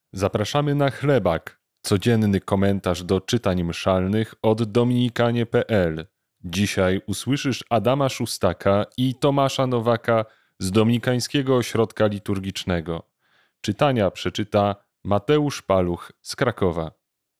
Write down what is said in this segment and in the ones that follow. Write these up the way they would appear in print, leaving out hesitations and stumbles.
Zapraszamy na chlebak, codzienny komentarz do czytań mszalnych od dominikanie.pl. Dzisiaj usłyszysz Adama Szustaka i Tomasza Nowaka z Dominikańskiego Ośrodka Liturgicznego. Czytania przeczyta Mateusz Paluch z Krakowa.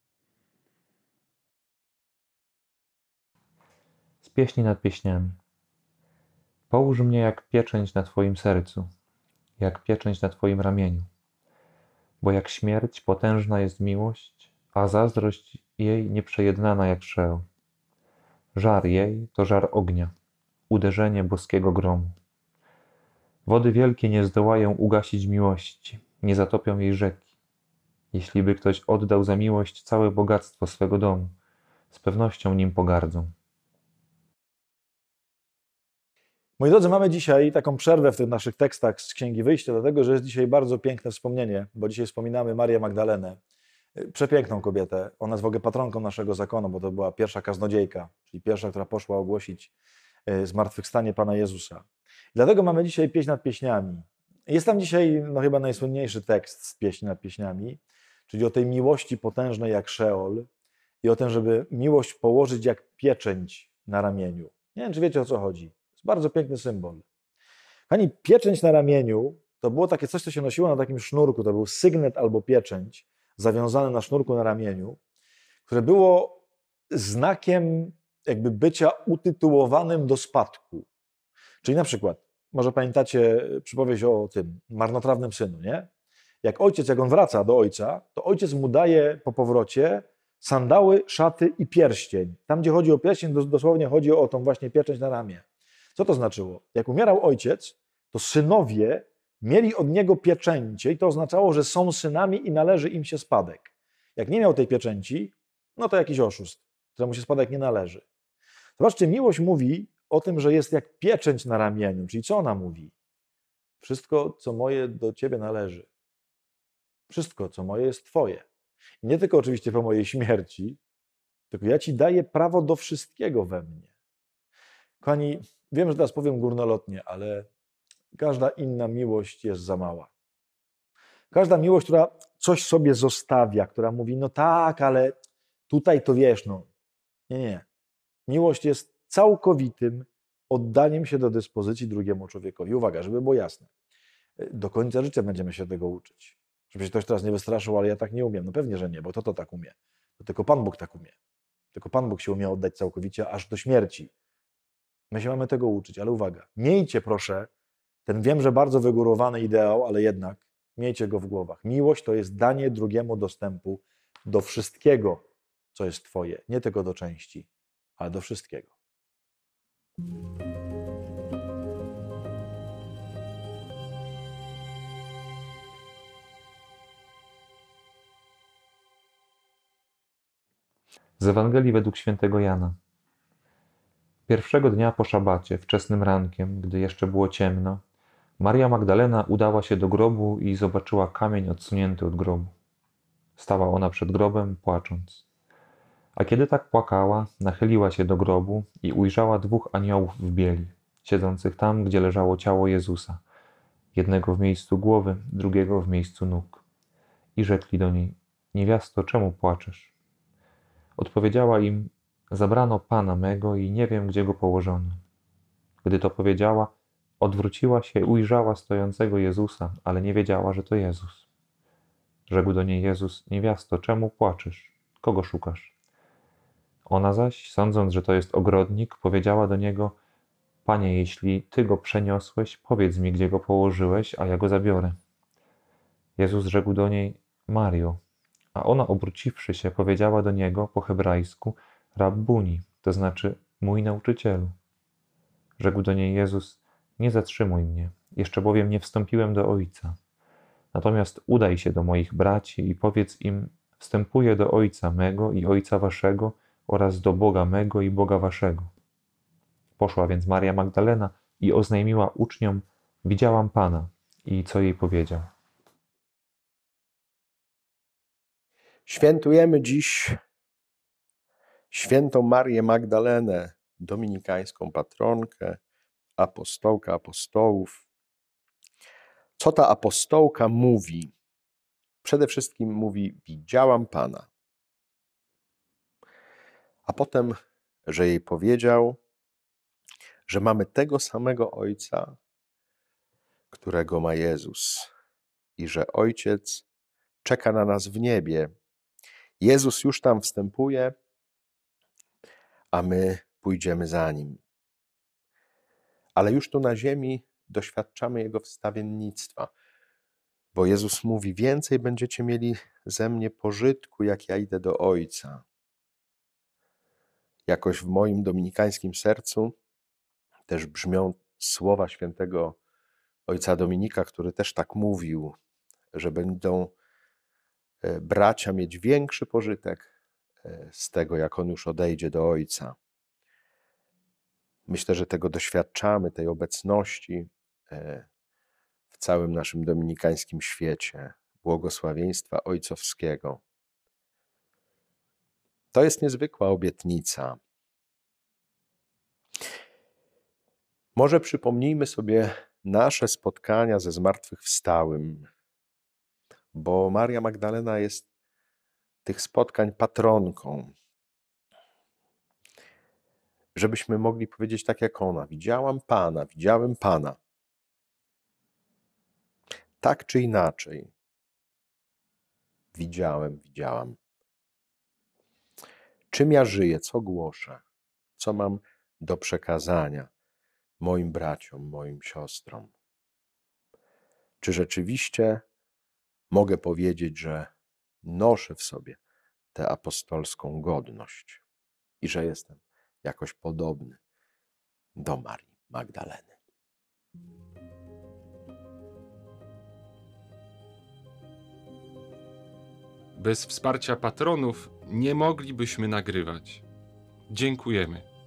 Z pieśni nad pieśniami. Połóż mnie jak pieczęć na Twoim sercu, jak pieczęć na Twoim ramieniu. Bo jak śmierć potężna jest miłość, a zazdrość jej nieprzejednana jak Szeol. Żar jej to żar ognia, uderzenie boskiego gromu. Wody wielkie nie zdołają ugasić miłości, nie zatopią jej rzeki. Jeśli by ktoś oddał za miłość całe bogactwo swego domu, z pewnością nim pogardzą. Moi drodzy, mamy dzisiaj taką przerwę w tych naszych tekstach z Księgi Wyjścia, dlatego że jest dzisiaj bardzo piękne wspomnienie, bo dzisiaj wspominamy Marię Magdalenę, przepiękną kobietę. Ona jest w ogóle patronką naszego zakonu, bo to była pierwsza kaznodziejka, czyli pierwsza, która poszła ogłosić zmartwychwstanie Pana Jezusa. Dlatego mamy dzisiaj pieśń nad pieśniami. Jest tam dzisiaj chyba najsłynniejszy tekst z pieśni nad pieśniami, czyli o tej miłości potężnej jak Szeol i o tym, żeby miłość położyć jak pieczęć na ramieniu. Nie wiem, czy wiecie, o co chodzi. To jest bardzo piękny symbol. Pani, pieczęć na ramieniu to było takie coś, co się nosiło na takim sznurku. To był sygnet albo pieczęć zawiązany na sznurku na ramieniu, które było znakiem jakby bycia utytułowanym do spadku. Czyli na przykład, może pamiętacie przypowieść o tym marnotrawnym synu, nie? Jak ojciec, jak on wraca do ojca, to ojciec mu daje po powrocie sandały, szaty i pierścień. Tam, gdzie chodzi o pierścień, dosłownie chodzi o tą właśnie pieczęć na ramię. Co to znaczyło? Jak umierał ojciec, to synowie mieli od niego pieczęcie i to oznaczało, że są synami i należy im się spadek. Jak nie miał tej pieczęci, no to jakiś oszust, któremu się spadek nie należy. Zobaczcie, miłość mówi o tym, że jest jak pieczęć na ramieniu. Czyli co ona mówi? Wszystko, co moje, do Ciebie należy. Wszystko, co moje, jest Twoje. I nie tylko oczywiście po mojej śmierci, tylko ja Ci daję prawo do wszystkiego we mnie. Kochani, wiem, że teraz powiem górnolotnie, ale każda inna miłość jest za mała. Każda miłość, która coś sobie zostawia, która mówi, no tak, ale tutaj to wiesz, no. Nie. Miłość jest całkowitym oddaniem się do dyspozycji drugiemu człowiekowi. Uwaga, żeby było jasne. Do końca życia będziemy się tego uczyć. Żeby się ktoś teraz nie wystraszył, ale ja tak nie umiem. No pewnie, że nie, bo to tak umie. To tylko Pan Bóg tak umie. Tylko Pan Bóg się umie oddać całkowicie, aż do śmierci. My się mamy tego uczyć, ale uwaga. Miejcie proszę ten, wiem, że bardzo wygórowany ideał, ale jednak miejcie go w głowach. Miłość to jest danie drugiemu dostępu do wszystkiego, co jest Twoje. Nie tylko do części, ale do wszystkiego. Z Ewangelii według świętego Jana. Pierwszego dnia po szabacie, wczesnym rankiem, gdy jeszcze było ciemno, Maria Magdalena udała się do grobu i zobaczyła kamień odsunięty od grobu. Stała ona przed grobem, płacząc. A kiedy tak płakała, nachyliła się do grobu i ujrzała dwóch aniołów w bieli, siedzących tam, gdzie leżało ciało Jezusa, jednego w miejscu głowy, drugiego w miejscu nóg. I rzekli do niej: niewiasto, czemu płaczesz? Odpowiedziała im: zabrano Pana mego i nie wiem, gdzie go położono. Gdy to powiedziała, odwróciła się i ujrzała stojącego Jezusa, ale nie wiedziała, że to Jezus. Rzekł do niej Jezus: niewiasto, czemu płaczesz? Kogo szukasz? Ona zaś, sądząc, że to jest ogrodnik, powiedziała do niego: Panie, jeśli Ty go przeniosłeś, powiedz mi, gdzie go położyłeś, a ja go zabiorę. Jezus rzekł do niej: Mario. A ona, obróciwszy się, powiedziała do niego po hebrajsku: Rabbuni, to znaczy mój nauczycielu. Rzekł do niej Jezus: nie zatrzymuj mnie, jeszcze bowiem nie wstąpiłem do Ojca. Natomiast udaj się do moich braci i powiedz im: wstępuję do Ojca mego i Ojca waszego oraz do Boga mego i Boga waszego. Poszła więc Maria Magdalena i oznajmiła uczniom: widziałam Pana. I co jej powiedział? Świętujemy dziś świętą Marię Magdalenę, dominikańską patronkę, apostołkę apostołów. Co ta apostołka mówi? Przede wszystkim mówi: widziałam Pana. A potem, że jej powiedział, że mamy tego samego Ojca, którego ma Jezus, i że Ojciec czeka na nas w niebie. Jezus już tam wstępuje, a my pójdziemy za Nim. Ale już tu na ziemi doświadczamy Jego wstawiennictwa, bo Jezus mówi: więcej będziecie mieli ze mnie pożytku, jak ja idę do Ojca. Jakoś w moim dominikańskim sercu też brzmią słowa świętego ojca Dominika, który też tak mówił, że będą bracia mieć większy pożytek z tego, jak on już odejdzie do Ojca. Myślę, że tego doświadczamy, tej obecności w całym naszym dominikańskim świecie, błogosławieństwa ojcowskiego. To jest niezwykła obietnica. Może przypomnijmy sobie nasze spotkania ze zmartwychwstałym, bo Maria Magdalena jest tych spotkań patronką. Żebyśmy mogli powiedzieć tak jak ona: widziałam Pana, widziałem Pana. Tak czy inaczej. Widziałam. Czym ja żyję, co głoszę, co mam do przekazania moim braciom, moim siostrom? Czy rzeczywiście mogę powiedzieć, że noszę w sobie tę apostolską godność i że jestem jakoś podobny do Marii Magdaleny? Bez wsparcia patronów nie moglibyśmy nagrywać. Dziękujemy.